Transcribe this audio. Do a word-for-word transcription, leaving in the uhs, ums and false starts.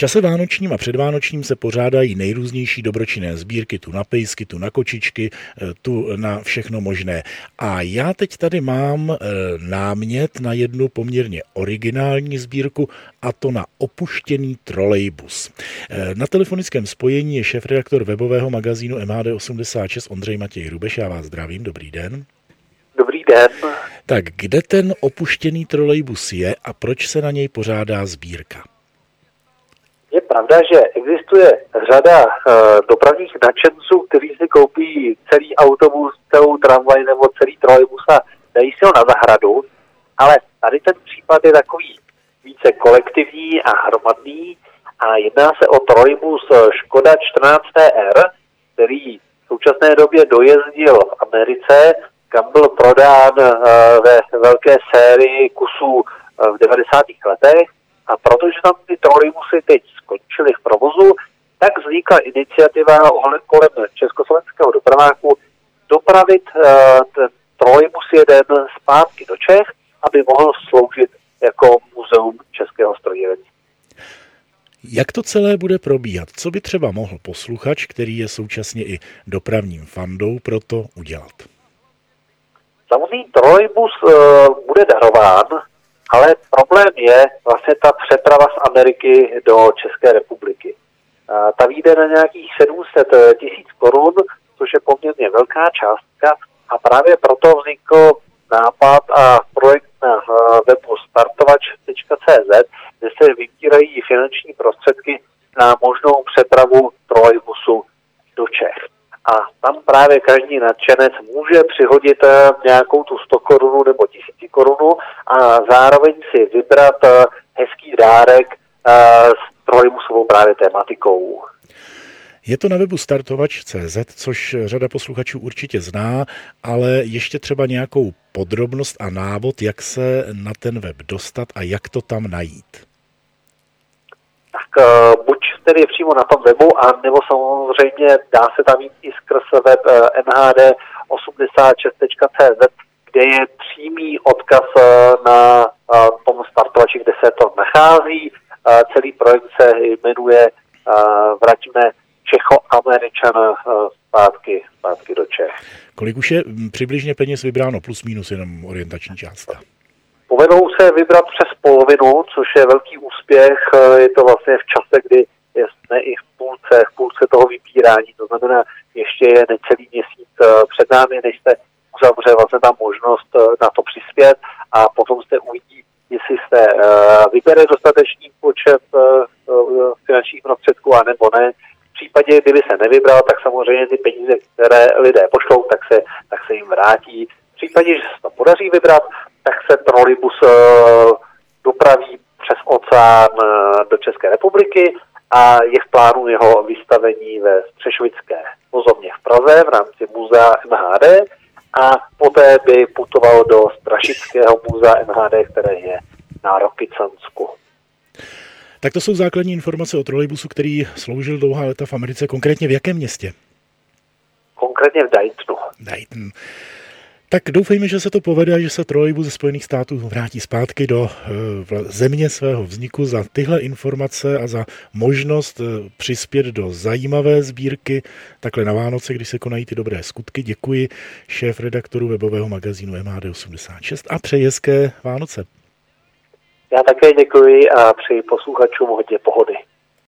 čase vánočním a předvánočním se pořádají nejrůznější dobročinné sbírky, tu na pejsky, tu na kočičky, tu na všechno možné. A já teď tady mám námět na jednu poměrně originální sbírku, a to na opuštěný trolejbus. Na telefonickém spojení je šéfredaktor webového magazínu M H D osmdesát šest Ondřej Matěj Hrubeš. Já vás zdravím, dobrý den. Dobrý den. Tak kde ten opuštěný trolejbus je a proč se na něj pořádá sbírka? Je pravda, že existuje řada uh, dopravních nadšenců, kteří si koupí celý autobus, celou tramvaj nebo celý trolejbus a dají si ho na zahradu, ale tady ten případ je takový více kolektivní a hromadný a jedná se o trolejbus Škoda čtrnáct T R, který v současné době dojezdil v Americe, kam byl prodán uh, ve velké sérii kusů uh, v devadesátých letech. A protože tam ty trolejbusy teď skončily v provozu, tak vznikla iniciativa kolem československého dopraváku dopravit uh, ten trolejbus jeden zpátky do Čech, aby mohl sloužit jako muzeum českého strojírenství. Jak to celé bude probíhat? Co by třeba mohl posluchač, který je současně i dopravním fandou, pro to udělat? Samotný trolejbus uh, bude darován, ale problém je vlastně ta přeprava z Ameriky do České republiky. Uh, ta vyjde na nějakých sedm set tisíc korun, což je poměrně velká částka a právě proto vznikl nápad a projekt na uh, webu startovač tečka cé zet, kde se vybírají finanční prostředky na možnou přepravu trolejbusu do Čech. A tam právě každý nadšenec může přihodit nějakou tu sto korunu nebo tisíci korunu a zároveň si vybrat hezký dárek s trolejbusovou právě tématikou. Je to na webu startovač tečka cé zet, což řada posluchačů určitě zná, ale ještě třeba nějakou podrobnost a návod, jak se na ten web dostat a jak to tam najít. Tak buď tedy přímo na tom webu, a nebo samozřejmě dá se tam jít i skrz web M H D osmdesát šest tečka cé zet, kde je přímý odkaz na tom startovači, kde se to nachází. Celý projekt se jmenuje Vraťme Čecho-Američana zpátky, zpátky do Čech. Kolik už je přibližně peněz vybráno, plus minus jenom orientační částka? Povedou se vybrat přes polovinu, což je velký úspěch. Je to vlastně v čase, kdy jsme i v půlce, v půlce toho vybírání. To znamená, ještě je necelý měsíc před námi, než se uzavře vlastně ta možnost na to přispět a potom se uvidí, jestli se vybere dostatečný počet finančních prostředků a nebo ne. V případě, kdyby se nevybral, tak samozřejmě ty peníze, které lidé pošlou, tak se, tak se jim vrátí. V případě, že se to podaří vybrat, tak se trolejbus dopraví přes oceán do České republiky a je v plánu jeho vystavení ve Střešovické vozovně v Praze v rámci muzea M H D a poté by putoval do Strašického muzea M H D, které je na Rokycansku. Tak to jsou základní informace o trolejbusu, který sloužil dlouhá léta v Americe. Konkrétně v jakém městě? Konkrétně v Daytonu. Dayton. Tak doufejme, že se to povede a že se trolejbus ze Spojených států vrátí zpátky do země svého vzniku. Za tyhle informace a za možnost přispět do zajímavé sbírky takhle na Vánoce, když se konají ty dobré skutky. Děkuji šéfredaktoru webového magazínu M H D osmdesát šest a přeji hezké Vánoce. Já také děkuji a přeji posluchačům hodně pohody.